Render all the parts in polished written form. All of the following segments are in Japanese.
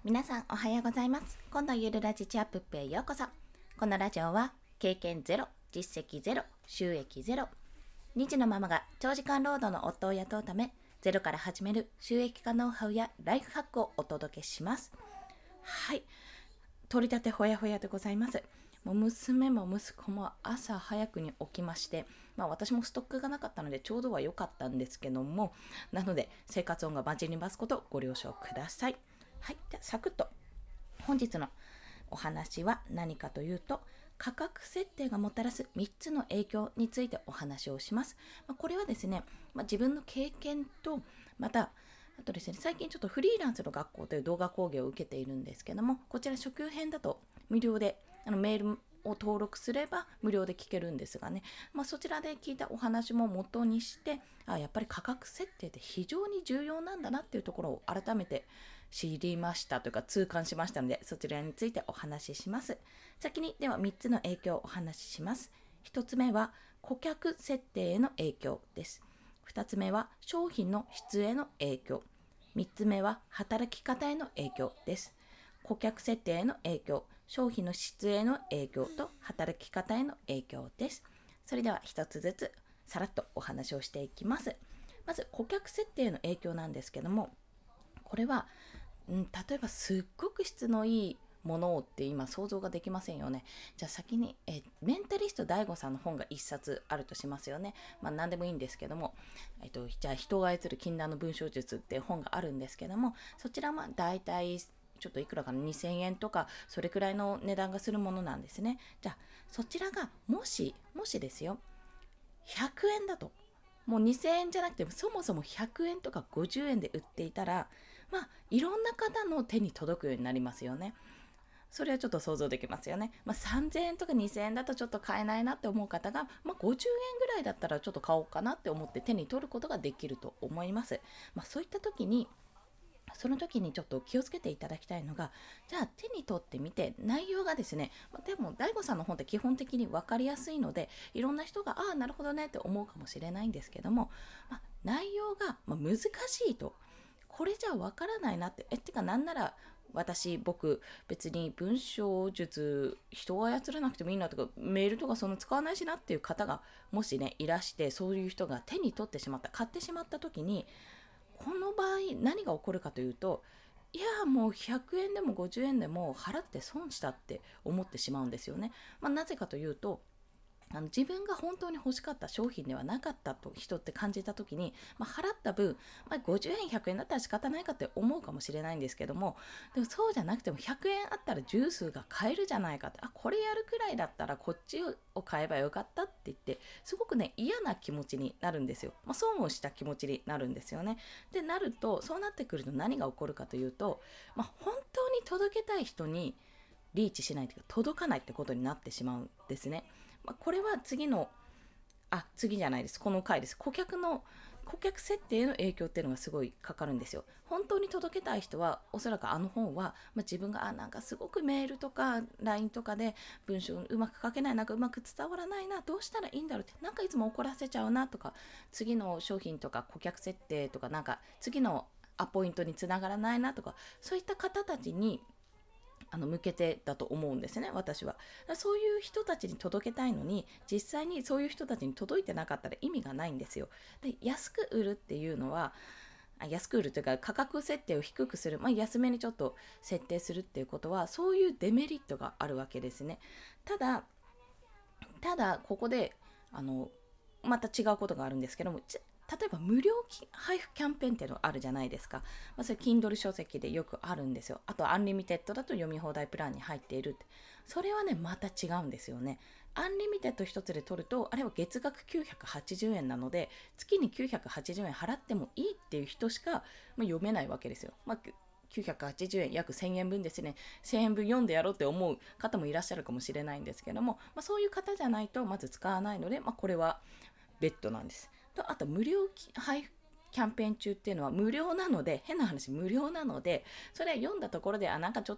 皆さんおはようございます。今度ゆるラジチアップへようこそ。このラジオは経験ゼロ、実績ゼロ、収益ゼロ、2児のママが長時間労働の夫を雇うためゼロから始める収益化ノウハウやライフハックをお届けします。はい、取り立てほやほやでございます。もう娘も息子も朝早くに起きまして、私もストックがなかったのでちょうどは良かったんですけども、なので生活音が混じりますことをご了承ください。はい、ではサクッと本日のお話は何かというと、価格設定がもたらす3つの影響についてお話をします。これはですね、自分の経験と、またあとですね、最近ちょっとフリーランスの学校という動画講義を受けているんですけども、こちら初級編だと無料でメールを登録すれば無料で聞けるんですがね、そちらで聞いたお話も元にして、やっぱり価格設定って非常に重要なんだなっていうところを改めて知りましたというか痛感しましたので、そちらについてお話しします。先にでは3つの影響をお話しします。1つ目は顧客設定への影響です。2つ目は商品の質への影響。3つ目は働き方への影響です。顧客設定への影響、商品の質への影響と働き方への影響です。それでは1つずつさらっとお話をしていきます。まず顧客設定への影響なんですけども、これは例えばすっごく質のいいものって今想像ができませんよね。じゃあ先にメンタリスト DAIGO さんの本が1冊あるとしますよね。何でもいいんですけども、じゃあ人が操る禁断の文章術って本があるんですけども、そちらはだいたいちょっといくらかな、2000円とかそれくらいの値段がするものなんですね。じゃあそちらがもしですよ、100円だと、もう2000円じゃなくてそもそも100円とか50円で売っていたら、いろんな方の手に届くようになりますよね。それはちょっと想像できますよね。3000円とか2000円だとちょっと買えないなって思う方が、50円ぐらいだったらちょっと買おうかなって思って手に取ることができると思います。そういった時にその時にちょっと気をつけていただきたいのが、じゃあ手に取ってみて内容がですね、でも DAIGO さんの本って基本的に分かりやすいので、いろんな人がなるほどねって思うかもしれないんですけども、内容が難しいと、これじゃあ分からないなって、てかなんなら僕別に文章術人が操らなくてもいいなとかメールとかその使わないしなっていう方がもしねいらして、そういう人が手に取ってしまった買ってしまった時に、この場合何が起こるかというと、いやもう100円でも50円でも払って損したって思ってしまうんですよね。なぜかというと、自分が本当に欲しかった商品ではなかったと人って感じた時に、払った分、50円100円だったら仕方ないかって思うかもしれないんですけども、でもそうじゃなくても100円あったらジュースが買えるじゃないかって、これやるくらいだったらこっちを買えばよかったって言って、すごくね嫌な気持ちになるんですよ。損をした気持ちになるんですよね。でなると、そうなってくると何が起こるかというと、本当に届けたい人にリーチしないというか届かないってことになってしまうんですね。これは次じゃないです。この回です。顧客設定の影響っていうのがすごいかかるんですよ。本当に届けたい人はおそらくあの本は、自分がなんかすごくメールとか LINE とかで文章うまく書けない、なんかうまく伝わらないな、どうしたらいいんだろうって、なんかいつも怒らせちゃうなとか、次の商品とか顧客設定とか、なんか次のアポイントにつながらないなとか、そういった方たちに向けてだと思うんですね、私は。そういう人たちに届けたいのに、実際にそういう人たちに届いてなかったら意味がないんですよ。で、安く売るっていうのは、安く売るというか価格設定を低くする、安めにちょっと設定するっていうことは、そういうデメリットがあるわけですね。ただ、ここでまた違うことがあるんですけども、例えば無料配布キャンペーンっていうのがあるじゃないですか。それ Kindle 書籍でよくあるんですよ。あとアンリミテッドだと読み放題プランに入っているって。それはねまた違うんですよね。アンリミテッド一つで取ると、あれは月額980円なので、月に980円払ってもいいっていう人しか、読めないわけですよ。980円約1000円分ですね。1000円分読んでやろうって思う方もいらっしゃるかもしれないんですけども、そういう方じゃないとまず使わないので、これは別途なんです。と、あと無料配布キャンペーン中っていうのは無料なので、変な話無料なので、それは読んだところでなんかちょっと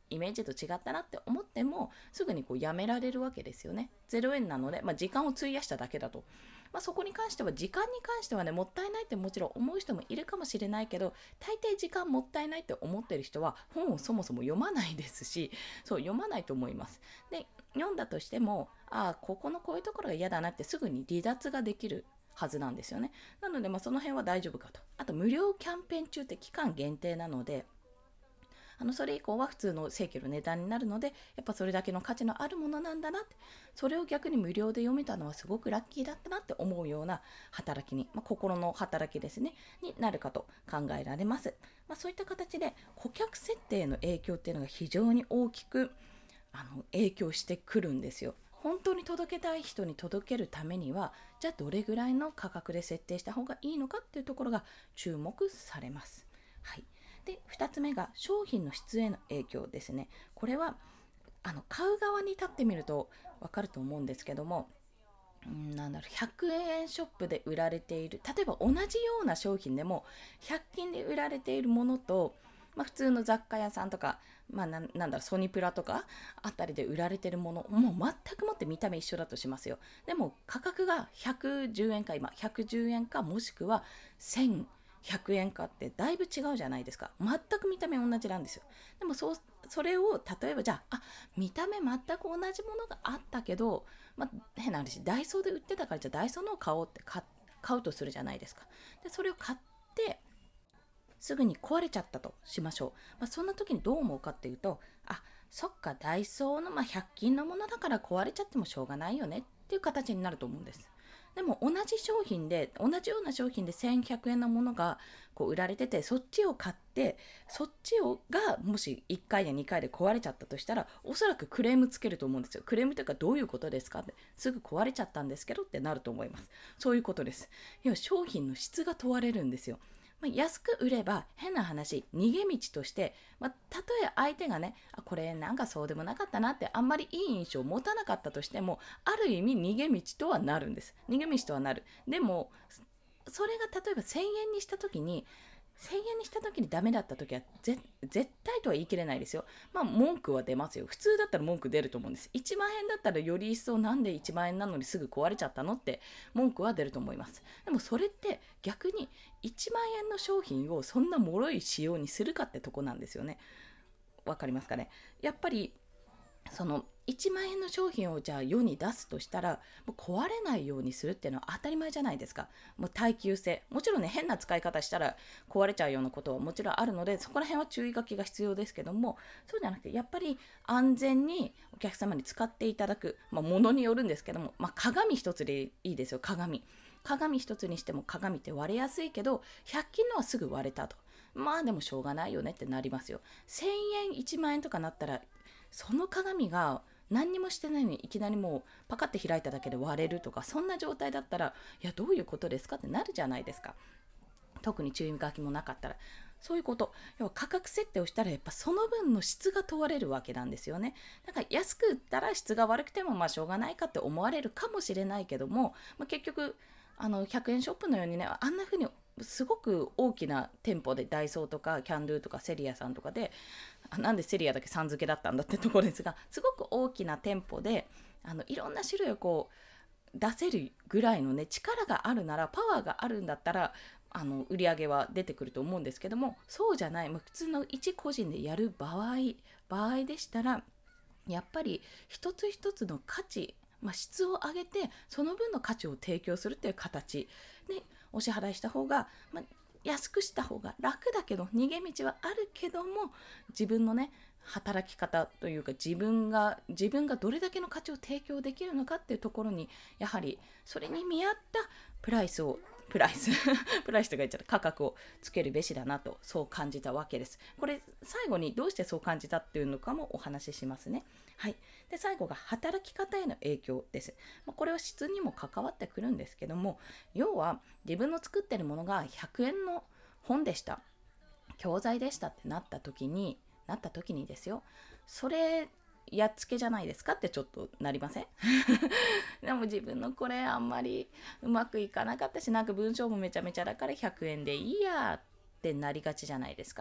イメージと違ったなって思ってもすぐにやめられるわけですよね。0円なので、時間を費やしただけだと。そこに関しては、時間に関してはね、もったいないってもちろん思う人もいるかもしれないけど、大抵時間もったいないって思ってる人は本をそもそも読まないですし、そう読まないと思います。で、読んだとしても、ここのこういうところが嫌だなってすぐに離脱ができるはずなんですよね。なので、その辺は大丈夫かと。あと、無料キャンペーン中って期間限定なので、それ以降は普通の正規の値段になるので、やっぱそれだけの価値のあるものなんだなって、それを逆に無料で読めたのはすごくラッキーだったなって思うような働きに、心の働きですね、になるかと考えられます。そういった形で顧客設定の影響っていうのが非常に大きく影響してくるんですよ。本当に届けたい人に届けるためには、じゃあどれぐらいの価格で設定した方がいいのかっていうところが注目されます。はい。で、2つ目が商品の質への影響ですね。これは買う側に立ってみると分かると思うんですけども、100円ショップで売られている、例えば同じような商品でも100均で売られているものと、普通の雑貨屋さんとか、ソニプラとかあたりで売られているもの、もう全くもって見た目一緒だとしますよ。でも価格が110円か、今110円か、もしくは1100円かってだいぶ違うじゃないですか。全く見た目同じなんですよ。でもそれを例えば、じゃあ見た目全く同じものがあったけど、変な話、ダイソーで売ってたから、じゃあダイソーのを買おうって買うとするじゃないですか。でそれを買ってすぐに壊れちゃったとしましょう。そんな時にどう思うかっていうと、そっか、ダイソーの100均のものだから壊れちゃってもしょうがないよねっていう形になると思うんです。でも同じような商品で1100円のものが売られてて、そっちを買って、そっちがもし1回や2回で壊れちゃったとしたら、おそらくクレームつけると思うんですよ。クレームというか、どういうことですかって、すぐ壊れちゃったんですけどってなると思います。そういうことです。要は商品の質が問われるんですよ。安く売れば、変な話、逃げ道として、たとえ相手がね、これなんかそうでもなかったなってあんまりいい印象を持たなかったとしても、ある意味逃げ道とはなるんです。逃げ道とはなる。でもそれが例えば1000円にした時にダメだった時は絶対とは言い切れないですよ。文句は出ますよ。普通だったら文句出ると思うんです。1万円だったらより一層、なんで1万円なのにすぐ壊れちゃったのって文句は出ると思います。でもそれって逆に1万円の商品をそんな脆い仕様にするかってとこなんですよね。わかりますかね。やっぱりその1万円の商品をじゃあ世に出すとしたら、もう壊れないようにするっていうのは当たり前じゃないですか。もう耐久性、もちろんね、変な使い方したら壊れちゃうようなことはもちろんあるので、そこら辺は注意書きが必要ですけども、そうじゃなくてやっぱり安全にお客様に使っていただく、ものによるんですけども、鏡一つでいいですよ。鏡一つにしても、鏡って割れやすいけど、100均のはすぐ割れたと、でもしょうがないよねってなりますよ。1000円1万円とかなったら、その鏡が何にもしてないのにいきなりもうパカッて開いただけで割れるとか、そんな状態だったら、いやどういうことですかってなるじゃないですか。特に注意書きもなかったら。そういうこと。要は価格設定をしたら、やっぱその分の質が問われるわけなんですよね。だから安く売ったら質が悪くてもしょうがないかって思われるかもしれないけども、結局100円ショップのようにね、あんな風にすごく大きな店舗で、ダイソーとかキャンドゥとかセリアさんとかで、なんでセリアだけさん付けだったんだってところですが、すごく大きな店舗でいろんな種類を出せるぐらいのね、力があるなら、パワーがあるんだったら売り上げは出てくると思うんですけども、そうじゃない、普通の一個人でやる場合でしたら、やっぱり一つ一つの価値、質を上げてその分の価値を提供するっていう形でお支払いした方が、安くした方が楽だけど、逃げ道はあるけども、自分のね、働き方というか、自分がどれだけの価値を提供できるのかっていうところに、やはりそれに見合ったプライスとか言っちゃった価格をつけるべしだなと、そう感じたわけです。これ最後にどうしてそう感じたっていうのかもお話ししますね。はい。で、最後が働き方への影響です。これは質にも関わってくるんですけども、要は自分の作ってるものが100円の本でした、教材でしたってなった時にですよ、それやっつけじゃないですかってちょっとなりません？でも自分のこれあんまりうまくいかなかったし、なんか文章もめちゃめちゃだから100円でいいやってなりがちじゃないですか。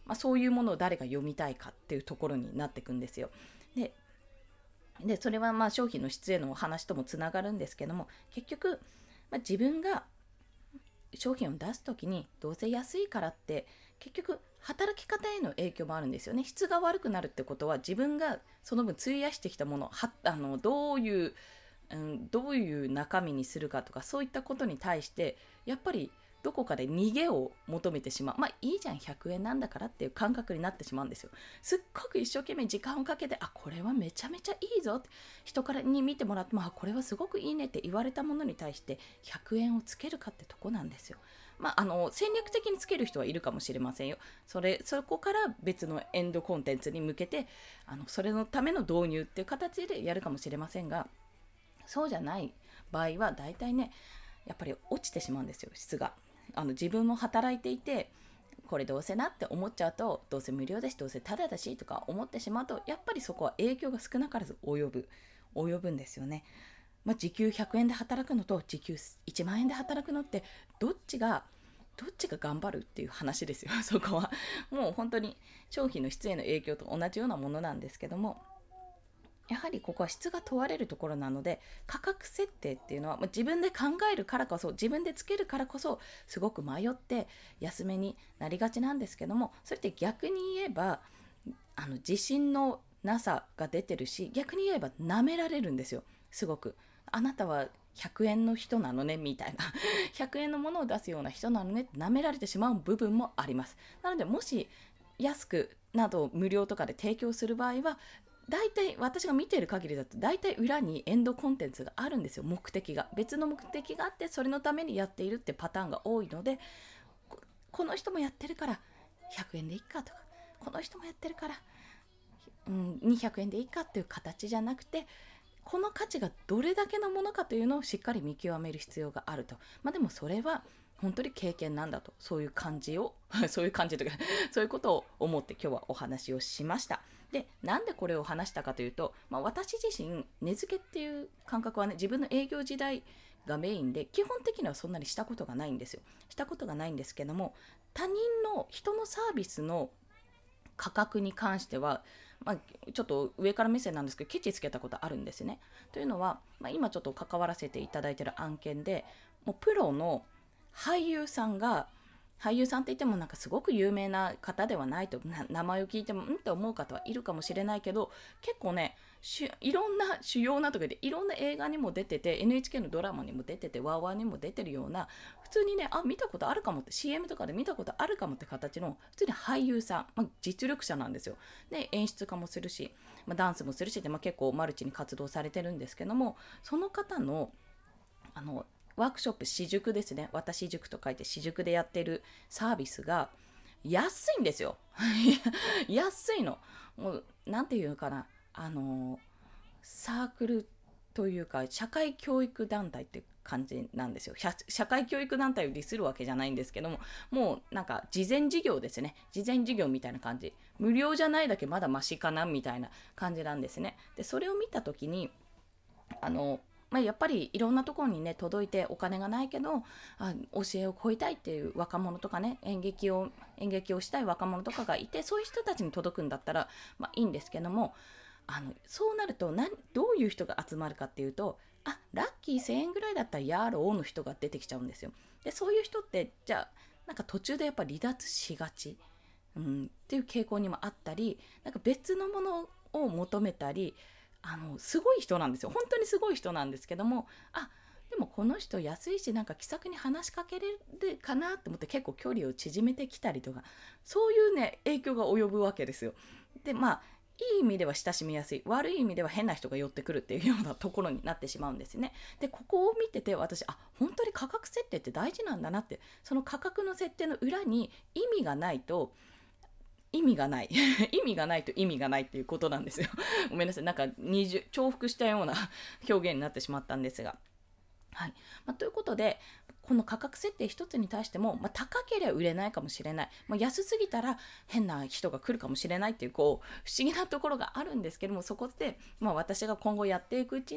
そういうものを誰が読みたいかっていうところになっていくんですよ。でそれは商品の質への話ともつながるんですけども、結局、自分が商品を出すときにどうせ安いからって結局働き方への影響もあるんですよね。質が悪くなるってことは自分がその分費やしてきたものどういう中身にするかとか、そういったことに対してやっぱりどこかで逃げを求めてしまう。いいじゃん100円なんだからっていう感覚になってしまうんですよ。すっごく一生懸命時間をかけて、これはめちゃめちゃいいぞって人からに見てもらって、これはすごくいいねって言われたものに対して100円をつけるかってとこなんですよ。戦略的につける人はいるかもしれませんよ。そこから別のエンドコンテンツに向けてそれのための導入っていう形でやるかもしれませんが、そうじゃない場合は大体ね、やっぱり落ちてしまうんですよ、質が。自分も働いていて、これどうせなって思っちゃうと、どうせ無料だしどうせタダだしとか思ってしまうと、やっぱりそこは影響が少なからず及ぶんですよね。時給100円で働くのと時給1万円で働くのってどっちが頑張るっていう話ですよ。そこはもう本当に商品の質への影響と同じようなものなんですけども、やはりここは質が問われるところなので、価格設定っていうのは、自分で考えるからこそ、自分でつけるからこそすごく迷って安めになりがちなんですけども、それって逆に言えば自信のなさが出てるし、逆に言えば舐められるんですよ。すごくあなたは100円の人なのねみたいな100円のものを出すような人なのねって舐められてしまう部分もあります。なのでもし安くなど無料とかで提供する場合は、大体私が見ている限りだと大体裏にエンドコンテンツがあるんですよ。別の目的があってそれのためにやっているってパターンが多いので、この人もやってるから100円でいいかとか、この人もやってるから、200円でいいかっていう形じゃなくて、この価値がどれだけのものかというのをしっかり見極める必要があると。でもそれは本当に経験なんだと、そういう感じとかそういうことを思って今日はお話をしました。で、なんでこれを話したかというと、私自身値付けっていう感覚はね、自分の営業時代がメインで、基本的にはそんなにしたことがないんですけども、他人の人のサービスの価格に関しては、ちょっと上から目線なんですけど、ケチつけたことあるんですね。というのは、今ちょっと関わらせていただいている案件で、もうプロの俳優さんって言ってもすごく有名な方ではないと、名前を聞いてもって思う方はいるかもしれないけど、結構ね、いろんな主要なところでいろんな映画にも出てて、 NHK のドラマにも出てて、ワーワーにも出てるような、普通にね、見たことあるかもって、 CM とかで見たことあるかもって形の普通に俳優さん、実力者なんですよ。で、演出家もするし、ダンスもするしで、結構マルチに活動されてるんですけども、その方のワークショップ、私塾ですね。私塾と書いて私塾でやってるサービスが安いんですよ。安いの。もう、なんていうかな。サークルというか、社会教育団体って感じなんですよ。社会教育団体をディスるわけじゃないんですけども、もう事前授業ですね。事前授業みたいな感じ。無料じゃないだけまだマシかなみたいな感じなんですね。で、それを見たときに、やっぱりいろんなところにね届いて、お金がないけど教えを請いたいっていう若者とかね、演劇をしたい若者とかがいて、そういう人たちに届くんだったらいいんですけども、そうなるとどういう人が集まるかっていうと、ラッキー1000円ぐらいだったらやろうの人が出てきちゃうんですよ。で、そういう人ってじゃあ途中でやっぱ離脱しがち、っていう傾向にもあったり、別のものを求めたり、すごい人なんですよ。本当にすごい人なんですけども、でもこの人安いし気さくに話しかけれるかなと思って結構距離を縮めてきたりとか、そういうね影響が及ぶわけですよ。で、いい意味では親しみやすい、悪い意味では変な人が寄ってくるっていうようなところになってしまうんですね。で、ここを見てて私、本当に価格設定って大事なんだなって、その価格の設定の裏に意味がないと意味がない意味がないと意味がないっていうことなんですよ。ごめんなさい、重複したような表現になってしまったんですが、はい。ということで、この価格設定一つに対しても、高ければ売れないかもしれない、安すぎたら変な人が来るかもしれないっていう、不思議なところがあるんですけども、そこって、私が今後やっていくうちに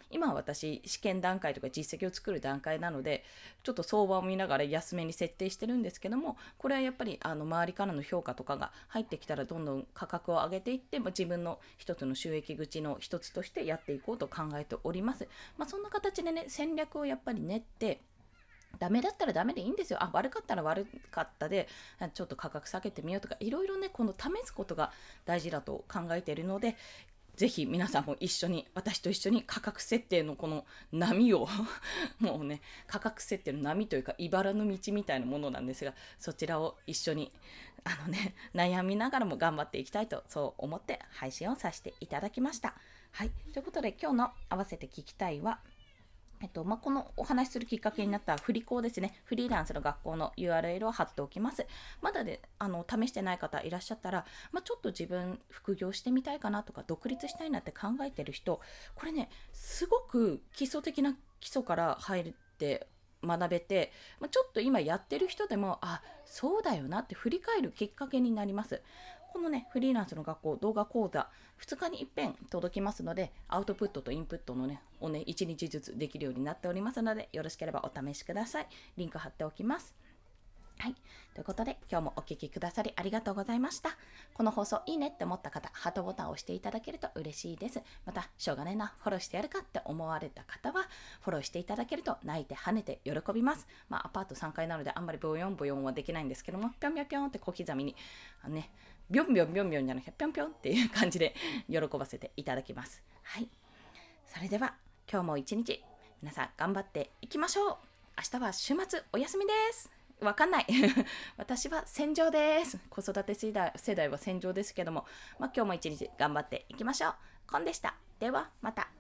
今は私試験段階とか実績を作る段階なので、ちょっと相場を見ながら安めに設定してるんですけども、これはやっぱり周りからの評価とかが入ってきたらどんどん価格を上げていって、自分の一つの収益口の一つとしてやっていこうと考えております。そんな形でね、戦略をやっぱり練って、ダメだったらダメでいいんですよ。悪かったら悪かったで、ちょっと価格下げてみようとか、いろいろね、この試すことが大事だと考えているので、ぜひ皆さんも一緒に、私と一緒に価格設定のこの波をもうね、価格設定の波というか、茨の道みたいなものなんですが、そちらを一緒に、悩みながらも頑張っていきたいと、そう思って配信をさせていただきました。はい。ということで、今日の合わせて聞きたいは、このお話しするきっかけになった振り子ですね。フリーランスの学校の URL を貼っておきます。まだで試してない方いらっしゃったら、ちょっと自分副業してみたいかなとか、独立したいなって考えてる人、これね、すごく基礎的な基礎から入って学べて、ちょっと今やってる人でも、そうだよなって振り返るきっかけになります。このね、フリーランスの学校動画講座2日に一遍届きますので、アウトプットとインプットのね、1日ずつできるようになっておりますので、よろしければお試しください。リンク貼っておきます。はい。ということで、今日もお聞きくださりありがとうございました。この放送いいねって思った方、ハートボタンを押していただけると嬉しいです。また、しょうがねえな、フォローしてやるかって思われた方は、フォローしていただけると泣いて跳ねて喜びます。アパート3階なのであんまりボヨンボヨンはできないんですけども、ぴょんぴょんぴょんって小刻みに、ビョンビョンビョンビョンじゃなくて、ぴょんぴょんっていう感じで喜ばせていただきます。はい。それでは、今日も一日、皆さん頑張っていきましょう。明日は週末お休みです。わかんない。私は戦場です。子育て世代は戦場ですけども、今日も一日頑張っていきましょう。コンでした。では、また。